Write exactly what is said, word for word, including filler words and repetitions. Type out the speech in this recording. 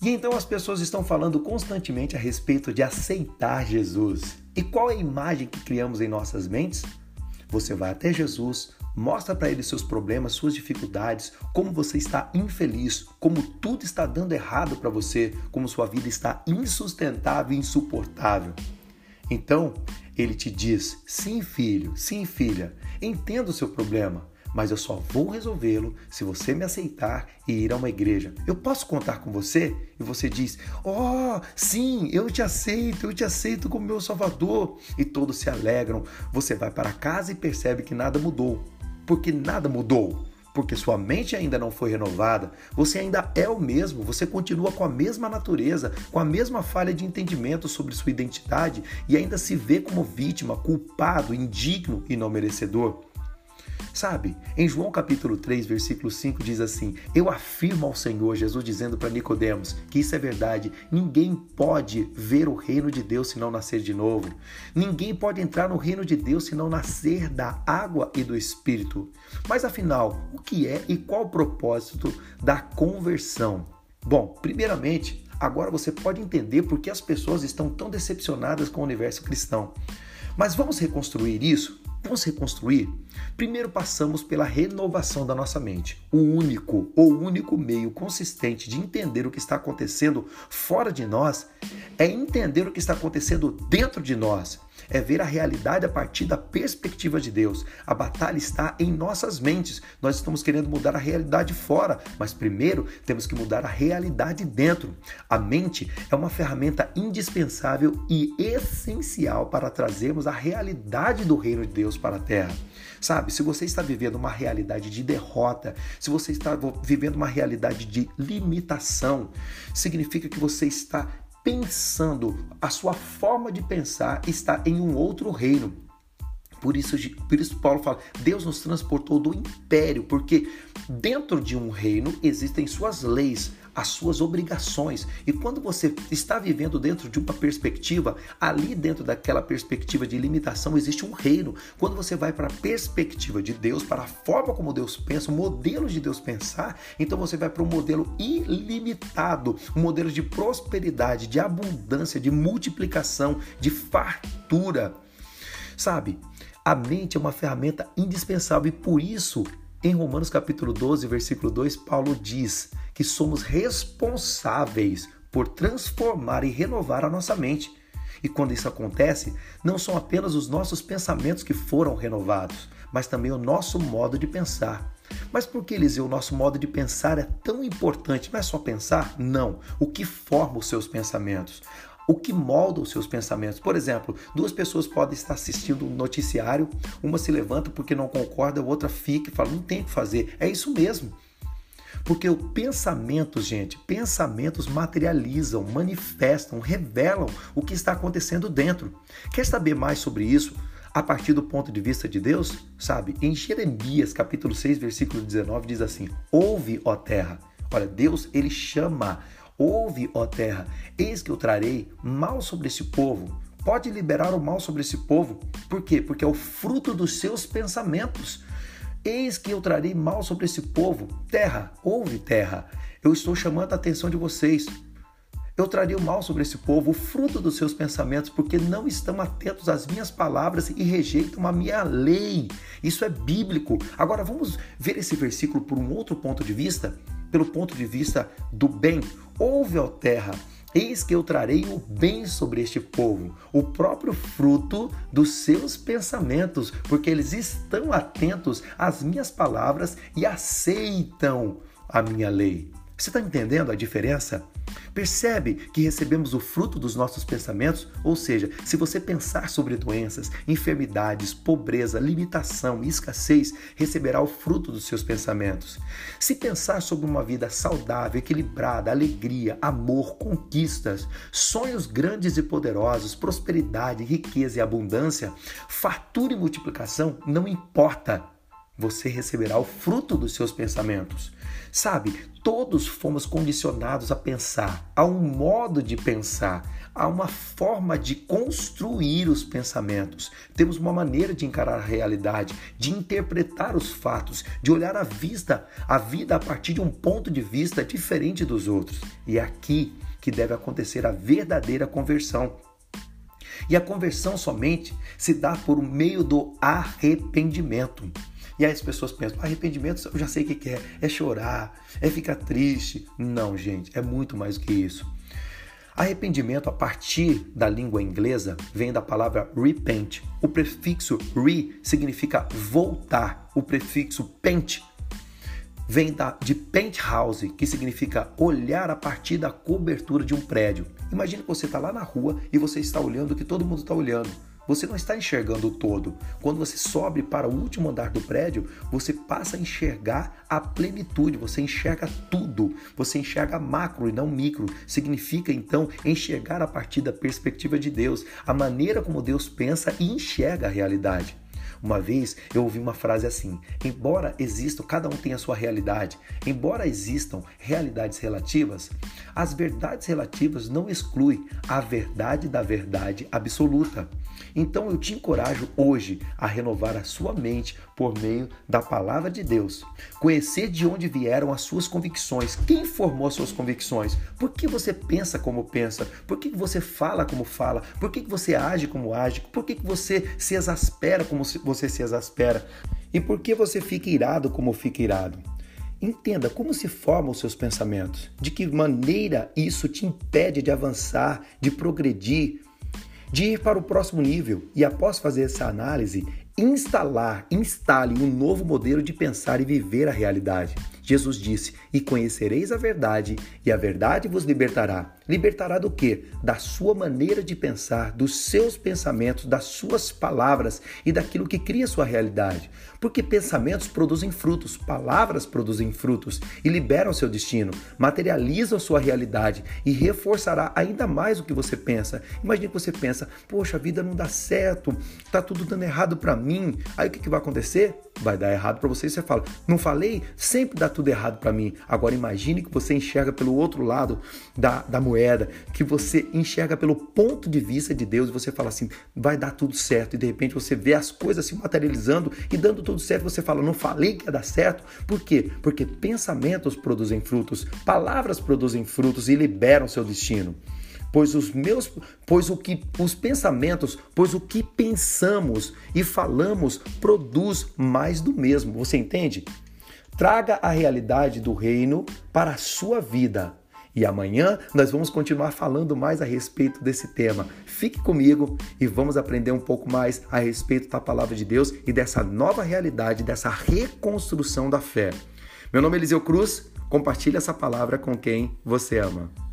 E então as pessoas estão falando constantemente a respeito de aceitar Jesus. E qual é a imagem que criamos em nossas mentes? Você vai até Jesus, mostra para ele seus problemas, suas dificuldades, como você está infeliz, como tudo está dando errado para você, como sua vida está insustentável e insuportável. Então, ele te diz, sim filho, sim filha, entendo o seu problema, mas eu só vou resolvê-lo se você me aceitar e ir a uma igreja. Eu posso contar com você? E você diz, oh, sim, eu te aceito, eu te aceito como meu salvador. E todos se alegram. Você vai para casa e percebe que nada mudou. Porque nada mudou. Porque sua mente ainda não foi renovada. Você ainda é o mesmo. Você continua com a mesma natureza, com a mesma falha de entendimento sobre sua identidade e ainda se vê como vítima, culpado, indigno e não merecedor. Sabe, em João capítulo três, versículo cinco diz assim, eu afirmo ao Senhor, Jesus dizendo para Nicodemos, que isso é verdade, ninguém pode ver o reino de Deus se não nascer de novo. Ninguém pode entrar no reino de Deus se não nascer da água e do Espírito. Mas afinal, o que é e qual o propósito da conversão? Bom, primeiramente, agora você pode entender por que as pessoas estão tão decepcionadas com o universo cristão. Mas vamos reconstruir isso? Vamos reconstruir? Primeiro passamos pela renovação da nossa mente. O único ou único meio consistente de entender o que está acontecendo fora de nós é entender o que está acontecendo dentro de nós. É ver a realidade a partir da perspectiva de Deus. A batalha está em nossas mentes. Nós estamos querendo mudar a realidade fora, mas primeiro temos que mudar a realidade dentro. A mente é uma ferramenta indispensável e essencial para trazermos a realidade do reino de Deus para a terra. Sabe, se você está vivendo uma realidade de derrota, se você está vivendo uma realidade de limitação, significa que você está pensando, a sua forma de pensar está em um outro reino. Por isso, por isso Paulo fala, Deus nos transportou do império, porque dentro de um reino existem suas leis, as suas obrigações. E quando você está vivendo dentro de uma perspectiva, ali dentro daquela perspectiva de limitação existe um reino. Quando você vai para a perspectiva de Deus, para a forma como Deus pensa, o modelo de Deus pensar, então você vai para um modelo ilimitado, um modelo de prosperidade, de abundância, de multiplicação, de fartura. Sabe, a mente é uma ferramenta indispensável e por isso, em Romanos capítulo doze, versículo dois, Paulo diz que somos responsáveis por transformar e renovar a nossa mente. E quando isso acontece, não são apenas os nossos pensamentos que foram renovados, mas também o nosso modo de pensar. Mas por que, Eliseu, o nosso modo de pensar é tão importante? Não é só pensar? Não. O que forma os seus pensamentos? O que molda os seus pensamentos? Por exemplo, duas pessoas podem estar assistindo um noticiário, uma se levanta porque não concorda, a outra fica e fala, não tem o que fazer. É isso mesmo. Porque o pensamento, gente, pensamentos materializam, manifestam, revelam o que está acontecendo dentro. Quer saber mais sobre isso a partir do ponto de vista de Deus? Sabe, em Jeremias capítulo seis, versículo dezenove, diz assim, ouve, ó terra. Olha, Deus, ele chama, ouve, ó terra, eis que eu trarei mal sobre esse povo. Pode liberar o mal sobre esse povo. Por quê? Porque é o fruto dos seus pensamentos. Eis que eu trarei mal sobre esse povo. Terra, ouve terra, eu estou chamando a atenção de vocês. Eu trarei o mal sobre esse povo, o fruto dos seus pensamentos, porque não estão atentos às minhas palavras e rejeitam a minha lei. Isso é bíblico. Agora vamos ver esse versículo por um outro ponto de vista, pelo ponto de vista do bem. Ouve, ó terra, eis que eu trarei o bem sobre este povo, o próprio fruto dos seus pensamentos, porque eles estão atentos às minhas palavras e aceitam a minha lei. Você está entendendo a diferença? Percebe que recebemos o fruto dos nossos pensamentos? Ou seja, se você pensar sobre doenças, enfermidades, pobreza, limitação e escassez, receberá o fruto dos seus pensamentos. Se pensar sobre uma vida saudável, equilibrada, alegria, amor, conquistas, sonhos grandes e poderosos, prosperidade, riqueza e abundância, fartura e multiplicação, não importa. você receberá o fruto dos seus pensamentos. Sabe, todos fomos condicionados a pensar, a um modo de pensar, a uma forma de construir os pensamentos. Temos uma maneira de encarar a realidade, de interpretar os fatos, de olhar a vista, a vida a partir de um ponto de vista diferente dos outros. E é aqui que deve acontecer a verdadeira conversão. E a conversão somente se dá por meio do arrependimento. E aí as pessoas pensam, arrependimento eu já sei o que é, é chorar, é ficar triste. Não, gente, é muito mais do que isso. Arrependimento, a partir da língua inglesa, vem da palavra repent. O prefixo re significa voltar. O prefixo pent vem da, de penthouse, que significa olhar a partir da cobertura de um prédio. Imagina que você está lá na rua e você está olhando o que todo mundo está olhando. Você não está enxergando o todo. Quando você sobe para o último andar do prédio, você passa a enxergar a plenitude, você enxerga tudo. Você enxerga macro e não micro. Significa, então, enxergar a partir da perspectiva de Deus, a maneira como Deus pensa e enxerga a realidade. Uma vez eu ouvi uma frase assim: embora existam, cada um tem a sua realidade, embora existam realidades relativas, as verdades relativas não excluem a verdade da verdade absoluta. Então eu te encorajo hoje a renovar a sua mente por meio da palavra de Deus. Conhecer de onde vieram as suas convicções. Quem formou as suas convicções? Por que você pensa como pensa? Por que você fala como fala? Por que você age como age? Por que você se exaspera como você se exaspera? E por que você fica irado como fica irado? Entenda como se formam os seus pensamentos. De que maneira isso te impede de avançar, de progredir, de ir para o próximo nível. E após fazer essa análise, instalar, instale um novo modelo de pensar e viver a realidade. Jesus disse, e conhecereis a verdade, e a verdade vos libertará. Libertará do quê? Da sua maneira de pensar, dos seus pensamentos, das suas palavras e daquilo que cria a sua realidade. Porque pensamentos produzem frutos, palavras produzem frutos e liberam seu destino, materializam sua realidade e reforçará ainda mais o que você pensa. Imagine que você pensa, poxa, a vida não dá certo, tá tudo dando errado para mim. Aí o que, que vai acontecer? Vai dar errado para você e você fala, não falei? Sempre dá tudo errado para mim. Agora imagine que você enxerga pelo outro lado da, da moeda, que você enxerga pelo ponto de vista de Deus e você fala assim, vai dar tudo certo. E de repente você vê as coisas se materializando e dando tudo certo. Você fala, não falei que ia dar certo? Por quê? Porque pensamentos produzem frutos, palavras produzem frutos e liberam seu destino. Pois os meus, pois o que os pensamentos, pois o que pensamos e falamos produz mais do mesmo. Você entende? Traga a realidade do reino para a sua vida. E amanhã nós vamos continuar falando mais a respeito desse tema. Fique comigo e vamos aprender um pouco mais a respeito da palavra de Deus e dessa nova realidade, dessa reconstrução da fé. Meu nome é Eliseu Cruz. Compartilhe essa palavra com quem você ama.